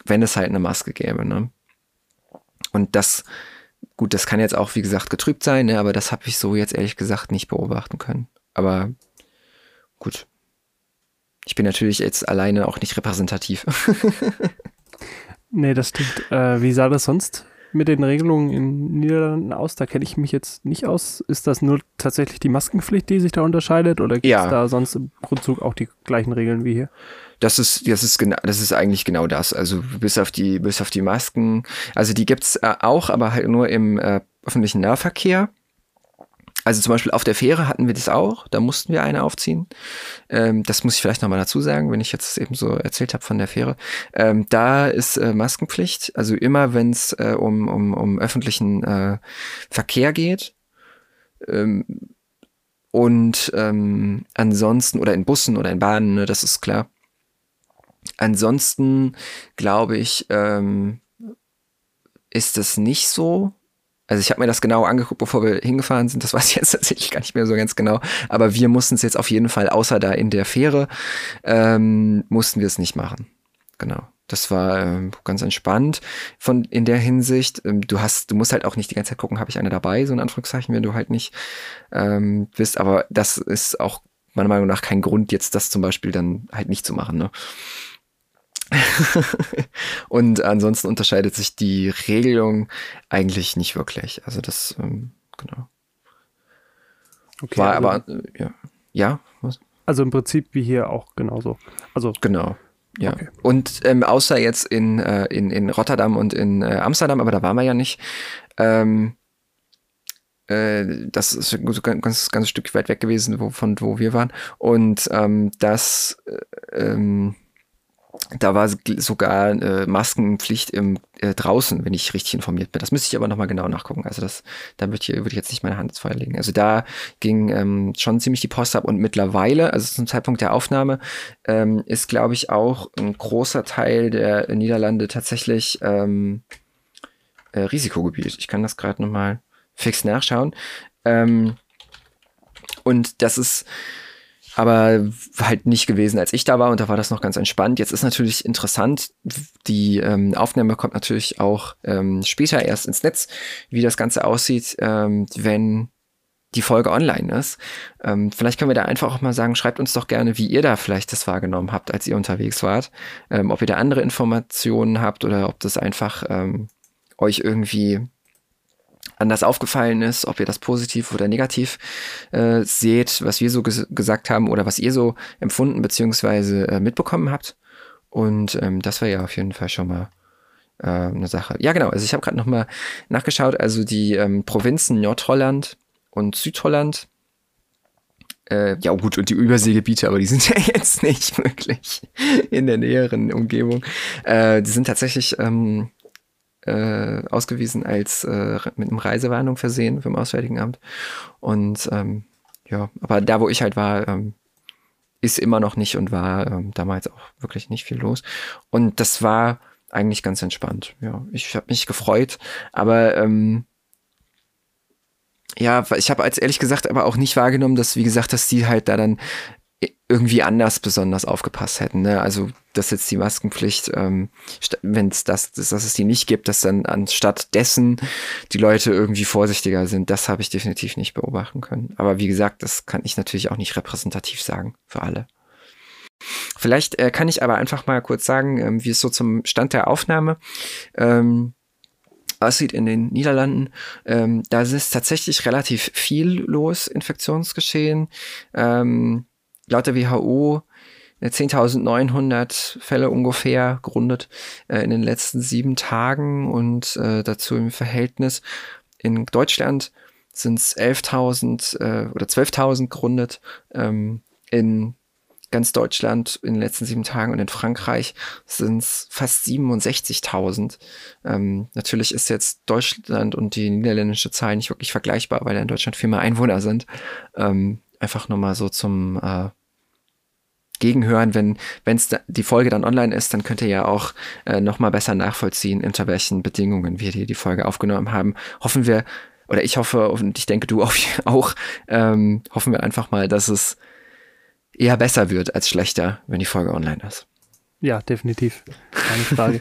wenn es halt eine Maske gäbe, ne? Und das, gut, das kann jetzt auch, wie gesagt, getrübt sein, ne? Aber das habe ich so jetzt ehrlich gesagt nicht beobachten können. Aber gut. Ich bin natürlich jetzt alleine auch nicht repräsentativ. Nee, das stimmt. Äh, wie sah das sonst mit den Regelungen in Niederlanden aus? Da kenne ich mich jetzt nicht aus. Ist das nur tatsächlich die Maskenpflicht, die sich da unterscheidet? Oder gibt es Ja. da sonst im Grundzug auch die gleichen Regeln wie hier? Das ist, das ist genau, das ist eigentlich genau das. Also bis auf die, bis auf die Masken. Also die gibt's äh, auch, aber halt nur im äh, öffentlichen Nahverkehr. Also zum Beispiel auf der Fähre hatten wir das auch, da mussten wir eine aufziehen. Ähm, das muss ich vielleicht nochmal dazu sagen, wenn ich jetzt eben so erzählt habe von der Fähre. Ähm, da ist äh, Maskenpflicht, also immer wenn es äh, um, um, um öffentlichen äh, Verkehr geht. Ähm, und ähm, ansonsten, oder in Bussen oder in Bahnen, ne, das ist klar. Ansonsten glaube ich, ähm, ist das nicht so. Also ich habe mir das genau angeguckt, bevor wir hingefahren sind. Das weiß ich jetzt tatsächlich gar nicht mehr so ganz genau. Aber wir mussten es jetzt auf jeden Fall, außer da in der Fähre, ähm, mussten wir es nicht machen. Genau. Das war ähm, ganz entspannt von in der Hinsicht. Ähm, du hast, du musst halt auch nicht die ganze Zeit gucken, habe ich eine dabei, so in Anführungszeichen, wenn du halt nicht ähm, bist. Aber das ist auch meiner Meinung nach kein Grund, jetzt das zum Beispiel dann halt nicht zu machen, ne? Und ansonsten unterscheidet sich die Regelung eigentlich nicht wirklich. Also das, ähm, genau. Okay, War also, aber, äh, ja. Ja, was? Also im Prinzip wie hier auch genauso. Also Genau. Ja. Okay. Und ähm, außer jetzt in, äh, in, in Rotterdam und in äh, Amsterdam, aber da waren wir ja nicht, ähm, äh, das ist ein ganz, ganz Stück weit weg gewesen, wo, von wo wir waren. Und ähm, das, äh, ähm, da war sogar äh, Maskenpflicht im, äh, draußen, wenn ich richtig informiert bin. Das müsste ich aber nochmal genau nachgucken. Also das, da würde ich, würd ich jetzt nicht meine Hand ins Feuer legen. Also da ging ähm, schon ziemlich die Post ab und mittlerweile, also zum Zeitpunkt der Aufnahme, ähm, ist, glaube ich, auch ein großer Teil der Niederlande tatsächlich ähm, äh, Risikogebiet. Ich kann das gerade nochmal fix nachschauen. Ähm, und das ist aber halt nicht gewesen, als ich da war, und da war das noch ganz entspannt. Jetzt ist natürlich interessant, die ähm, Aufnahme kommt natürlich auch ähm, später erst ins Netz, wie das Ganze aussieht, ähm, wenn die Folge online ist. Ähm, vielleicht können wir da einfach auch mal sagen, schreibt uns doch gerne, wie ihr da vielleicht das wahrgenommen habt, als ihr unterwegs wart. Ähm, ob ihr da andere Informationen habt oder ob das einfach ähm, euch irgendwie anders aufgefallen ist, ob ihr das positiv oder negativ äh, seht, was wir so ges- gesagt haben oder was ihr so empfunden bzw. Äh, mitbekommen habt. Und ähm, das wäre ja auf jeden Fall schon mal äh, eine Sache. Ja, genau. Also ich habe gerade noch mal nachgeschaut. Also die ähm, Provinzen Nordholland und Südholland, äh, ja gut, und die Überseegebiete, aber die sind ja jetzt nicht wirklich in der näheren Umgebung. Äh, die sind tatsächlich ähm, Äh, ausgewiesen als äh, mit einem Reisewarnung versehen vom Auswärtigen Amt. Und ähm, ja, aber da, wo ich halt war, ähm, ist immer noch nicht und war ähm, damals auch wirklich nicht viel los. Und das war eigentlich ganz entspannt. Ja, ich habe mich gefreut, aber ähm, ja, ich habe als ehrlich gesagt aber auch nicht wahrgenommen, dass, wie gesagt, dass die halt da dann irgendwie anders besonders aufgepasst hätten. Ne? Also, dass jetzt die Maskenpflicht, ähm, wenn es das, dass, dass es die nicht gibt, dass dann anstatt dessen die Leute irgendwie vorsichtiger sind, das habe ich definitiv nicht beobachten können. Aber wie gesagt, das kann ich natürlich auch nicht repräsentativ sagen für alle. Vielleicht äh, kann ich aber einfach mal kurz sagen, ähm, wie es so zum Stand der Aufnahme ähm, aussieht in den Niederlanden. Ähm, da ist tatsächlich relativ viel los, Infektionsgeschehen. Ähm, laut der W H O zehntausendneunhundert Fälle ungefähr gerundet äh, in den letzten sieben Tagen und äh, dazu im Verhältnis in Deutschland sind es elftausend äh, oder zwölftausend gerundet ähm, in ganz Deutschland in den letzten sieben Tagen und in Frankreich sind es fast siebenundsechzigtausend. Ähm, natürlich ist jetzt Deutschland und die niederländische Zahl nicht wirklich vergleichbar, weil ja in Deutschland viel mehr Einwohner sind. Ähm, einfach nur mal so zum äh, Gegenhören, wenn es die Folge dann online ist, dann könnt ihr ja auch äh, noch mal besser nachvollziehen, unter welchen Bedingungen wir hier die Folge aufgenommen haben. Hoffen wir, oder ich hoffe, und ich denke du auch, auch ähm, hoffen wir einfach mal, dass es eher besser wird als schlechter, wenn die Folge online ist. Ja, definitiv. Keine Frage.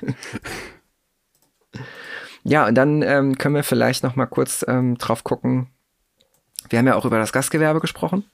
Ja, und dann ähm, können wir vielleicht noch mal kurz ähm, drauf gucken. Wir haben ja auch über das Gastgewerbe gesprochen.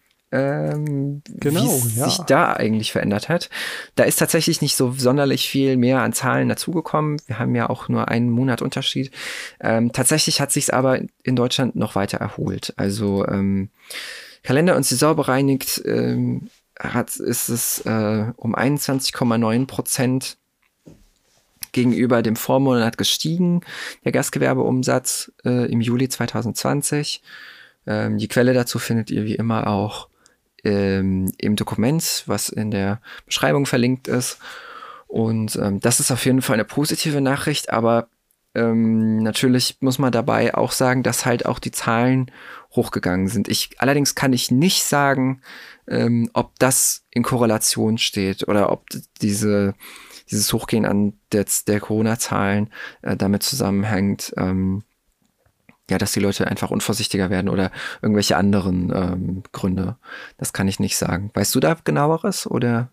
Ähm, genau, wie es ja. sich da eigentlich verändert hat. Da ist tatsächlich nicht so sonderlich viel mehr an Zahlen dazugekommen. Wir haben ja auch nur einen Monat Unterschied. Ähm, tatsächlich hat sich's aber in Deutschland noch weiter erholt. Also ähm, Kalender und Saison bereinigt ähm, hat, ist es äh, um einundzwanzig Komma neun Prozent gegenüber dem Vormonat gestiegen, der Gastgewerbeumsatz äh, im Juli zwanzig zwanzig. Ähm, die Quelle dazu findet ihr wie immer auch ähm, im Dokument, was in der Beschreibung verlinkt ist. Und ähm, das ist auf jeden Fall eine positive Nachricht, aber ähm, natürlich muss man dabei auch sagen, dass halt auch die Zahlen hochgegangen sind. Ich, allerdings kann ich nicht sagen, ähm, ob das in Korrelation steht oder ob diese dieses Hochgehen an der, der Corona-Zahlen äh, damit zusammenhängt, ähm, ja, dass die Leute einfach unvorsichtiger werden oder irgendwelche anderen ähm, Gründe. Das kann ich nicht sagen. Weißt du da genaueres oder?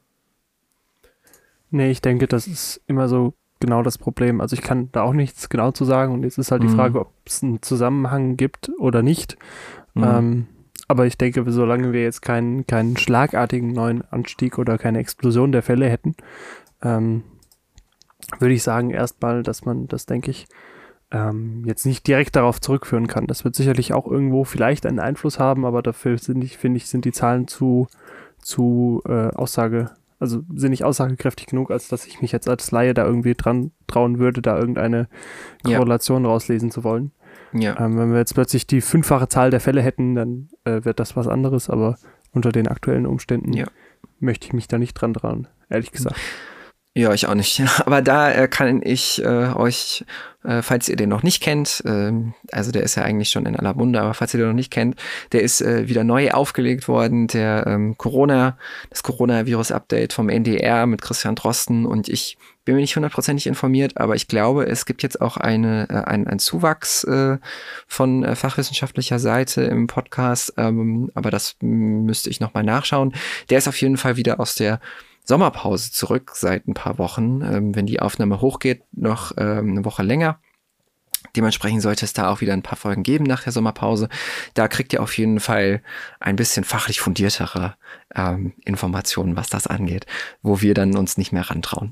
Nee, ich denke, das ist immer so genau das Problem. Also ich kann da auch nichts genau zu sagen und jetzt ist halt mhm. die Frage, ob es einen Zusammenhang gibt oder nicht. Mhm. Ähm, aber ich denke, solange wir jetzt keinen, keinen schlagartigen neuen Anstieg oder keine Explosion der Fälle hätten, ähm, würde ich sagen erstmal, dass man das, denke ich, ähm, jetzt nicht direkt darauf zurückführen kann. Das wird sicherlich auch irgendwo vielleicht einen Einfluss haben, aber dafür sind ich, finde ich, sind die Zahlen zu, zu äh, Aussage, also sind nicht aussagekräftig genug, als dass ich mich jetzt als Laie da irgendwie dran trauen würde, da irgendeine Korrelation ja. rauslesen zu wollen. Ja. Ähm, wenn wir jetzt plötzlich die fünffache Zahl der Fälle hätten, dann äh, wird das was anderes, aber unter den aktuellen Umständen ja. möchte ich mich da nicht dran trauen, ehrlich gesagt. Ja, ich auch nicht. Aber da äh, kann ich äh, euch, äh, falls ihr den noch nicht kennt, äh, also der ist ja eigentlich schon in aller Munde, aber falls ihr den noch nicht kennt, der ist äh, wieder neu aufgelegt worden, der ähm, Corona, das Coronavirus-Update vom N D R mit Christian Drosten, und ich bin mir nicht hundertprozentig informiert, aber ich glaube, es gibt jetzt auch eine, äh, ein, ein Zuwachs äh, von äh, fachwissenschaftlicher Seite im Podcast, ähm, aber das müsste ich nochmal nachschauen. Der ist auf jeden Fall wieder aus der Sommerpause zurück seit ein paar Wochen, ähm, wenn die Aufnahme hochgeht, noch ähm, eine Woche länger. Dementsprechend sollte es da auch wieder ein paar Folgen geben nach der Sommerpause. Da kriegt ihr auf jeden Fall ein bisschen fachlich fundiertere ähm, Informationen, was das angeht, wo wir dann uns nicht mehr rantrauen.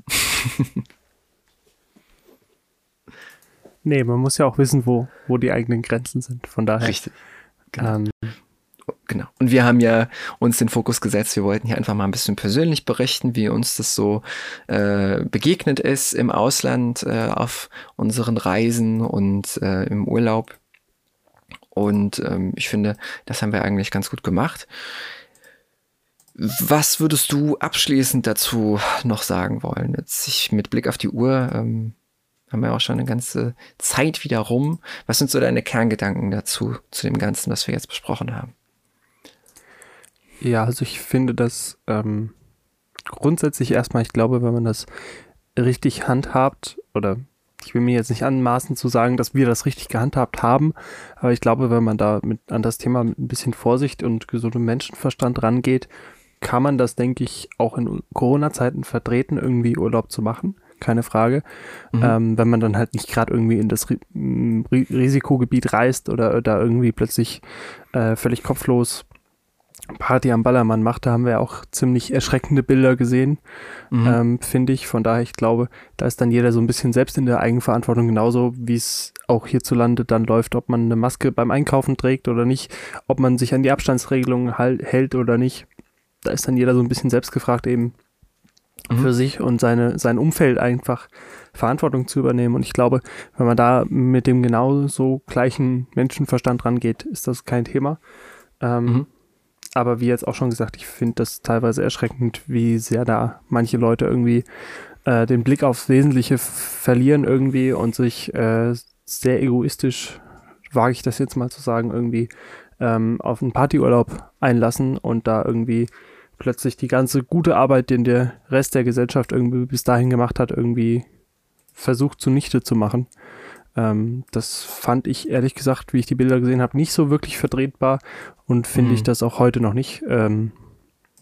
Nee, man muss ja auch wissen, wo, wo die eigenen Grenzen sind. Von daher. Richtig. Genau. Ähm, Genau. Und wir haben ja uns den Fokus gesetzt, wir wollten hier einfach mal ein bisschen persönlich berichten, wie uns das so äh, begegnet ist im Ausland, äh, auf unseren Reisen und äh, im Urlaub. Und ähm, ich finde, das haben wir eigentlich ganz gut gemacht. Was würdest du abschließend dazu noch sagen wollen? Jetzt ich, mit Blick auf die Uhr ähm, haben wir auch schon eine ganze Zeit wieder rum. Was sind so deine Kerngedanken dazu, zu dem Ganzen, was wir jetzt besprochen haben? Ja, also ich finde das ähm, grundsätzlich erstmal, ich glaube, wenn man das richtig handhabt, oder ich will mir jetzt nicht anmaßen zu sagen, dass wir das richtig gehandhabt haben, aber ich glaube, wenn man da mit, an das Thema mit ein bisschen Vorsicht und gesundem Menschenverstand rangeht, kann man das, denke ich, auch in Corona-Zeiten vertreten, irgendwie Urlaub zu machen, keine Frage. Mhm. Ähm, wenn man dann halt nicht gerade irgendwie in das Ri- Risikogebiet reist oder da irgendwie plötzlich äh, völlig kopflos Party am Ballermann macht, da haben wir auch ziemlich erschreckende Bilder gesehen, mhm. ähm, finde ich. Von daher, ich glaube, da ist dann jeder so ein bisschen selbst in der Eigenverantwortung, genauso wie es auch hierzulande dann läuft, ob man eine Maske beim Einkaufen trägt oder nicht, ob man sich an die Abstandsregelungen halt, hält oder nicht. Da ist dann jeder so ein bisschen selbst gefragt, eben mhm. für sich und seine, sein Umfeld einfach Verantwortung zu übernehmen. Und ich glaube, wenn man da mit dem genauso gleichen Menschenverstand rangeht, ist das kein Thema. Ähm, mhm. Aber wie jetzt auch schon gesagt, ich finde das teilweise erschreckend, wie sehr da manche Leute irgendwie äh, den Blick aufs Wesentliche f- verlieren irgendwie und sich äh, sehr egoistisch, wage ich das jetzt mal zu sagen, irgendwie ähm, auf einen Partyurlaub einlassen und da irgendwie plötzlich die ganze gute Arbeit, den der Rest der Gesellschaft irgendwie bis dahin gemacht hat, irgendwie versucht zunichte zu machen. Ähm, das fand ich ehrlich gesagt, wie ich die Bilder gesehen habe, nicht so wirklich vertretbar und finde mhm. ich das auch heute noch nicht. Ähm,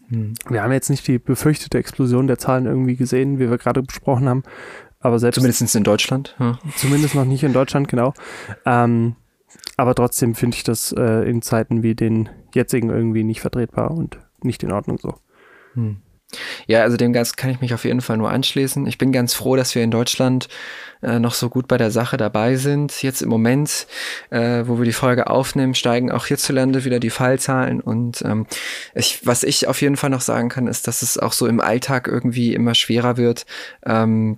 Hm. Wir haben jetzt nicht die befürchtete Explosion der Zahlen irgendwie gesehen, wie wir gerade besprochen haben. Aber selbst zumindest in Deutschland. Ja. Zumindest noch nicht in Deutschland, genau. Ähm, aber trotzdem finde ich das äh, in Zeiten wie den jetzigen irgendwie nicht vertretbar und nicht in Ordnung so. Hm. Ja, also dem Ganzen kann ich mich auf jeden Fall nur anschließen. Ich bin ganz froh, dass wir in Deutschland äh, noch so gut bei der Sache dabei sind. Jetzt im Moment, äh, wo wir die Folge aufnehmen, steigen auch hierzulande wieder die Fallzahlen. Und ähm, ich, was ich auf jeden Fall noch sagen kann, ist, dass es auch so im Alltag irgendwie immer schwerer wird, ähm,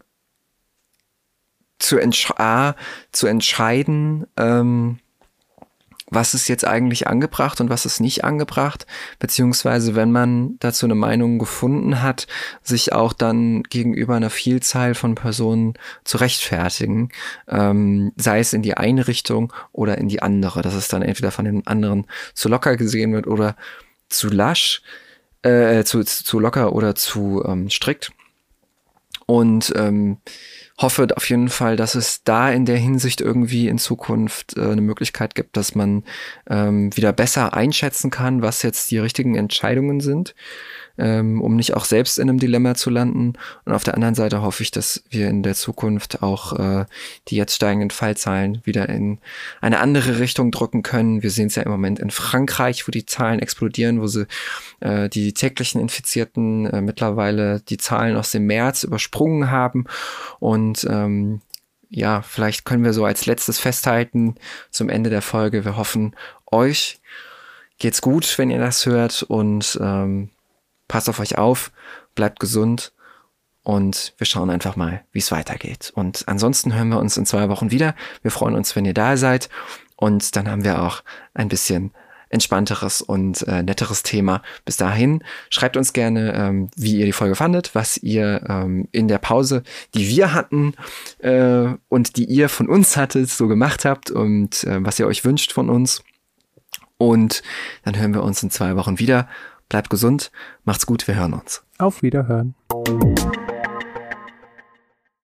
zu, entsch- A, zu entscheiden, ähm, was ist jetzt eigentlich angebracht und was ist nicht angebracht, beziehungsweise wenn man dazu eine Meinung gefunden hat, sich auch dann gegenüber einer Vielzahl von Personen zu rechtfertigen, ähm, sei es in die eine Richtung oder in die andere, dass es dann entweder von den anderen zu locker gesehen wird oder zu lasch, äh, zu, zu locker oder zu ähm, strikt. Und ähm, hoffe auf jeden Fall, dass es da in der Hinsicht irgendwie in Zukunft äh, eine Möglichkeit gibt, dass man ähm, wieder besser einschätzen kann, was jetzt die richtigen Entscheidungen sind, ähm, um nicht auch selbst in einem Dilemma zu landen. Und auf der anderen Seite hoffe ich, dass wir in der Zukunft auch äh, die jetzt steigenden Fallzahlen wieder in eine andere Richtung drücken können. Wir sehen es ja im Moment in Frankreich, wo die Zahlen explodieren, wo sie äh, die täglichen Infizierten äh, mittlerweile die Zahlen aus dem März übersprungen haben. Und ähm, ja, vielleicht können wir so als letztes festhalten zum Ende der Folge. Wir hoffen, euch geht's gut, wenn ihr das hört, und ähm, passt auf euch auf, bleibt gesund und wir schauen einfach mal, wie es weitergeht. Und ansonsten hören wir uns in zwei Wochen wieder. Wir freuen uns, wenn ihr da seid, und dann haben wir auch ein bisschen entspannteres und äh, netteres Thema. Bis dahin, schreibt uns gerne, ähm, wie ihr die Folge fandet, was ihr ähm, in der Pause, die wir hatten äh, und die ihr von uns hattet, so gemacht habt und äh, was ihr euch wünscht von uns. Und dann hören wir uns in zwei Wochen wieder. Bleibt gesund, macht's gut, wir hören uns. Auf Wiederhören.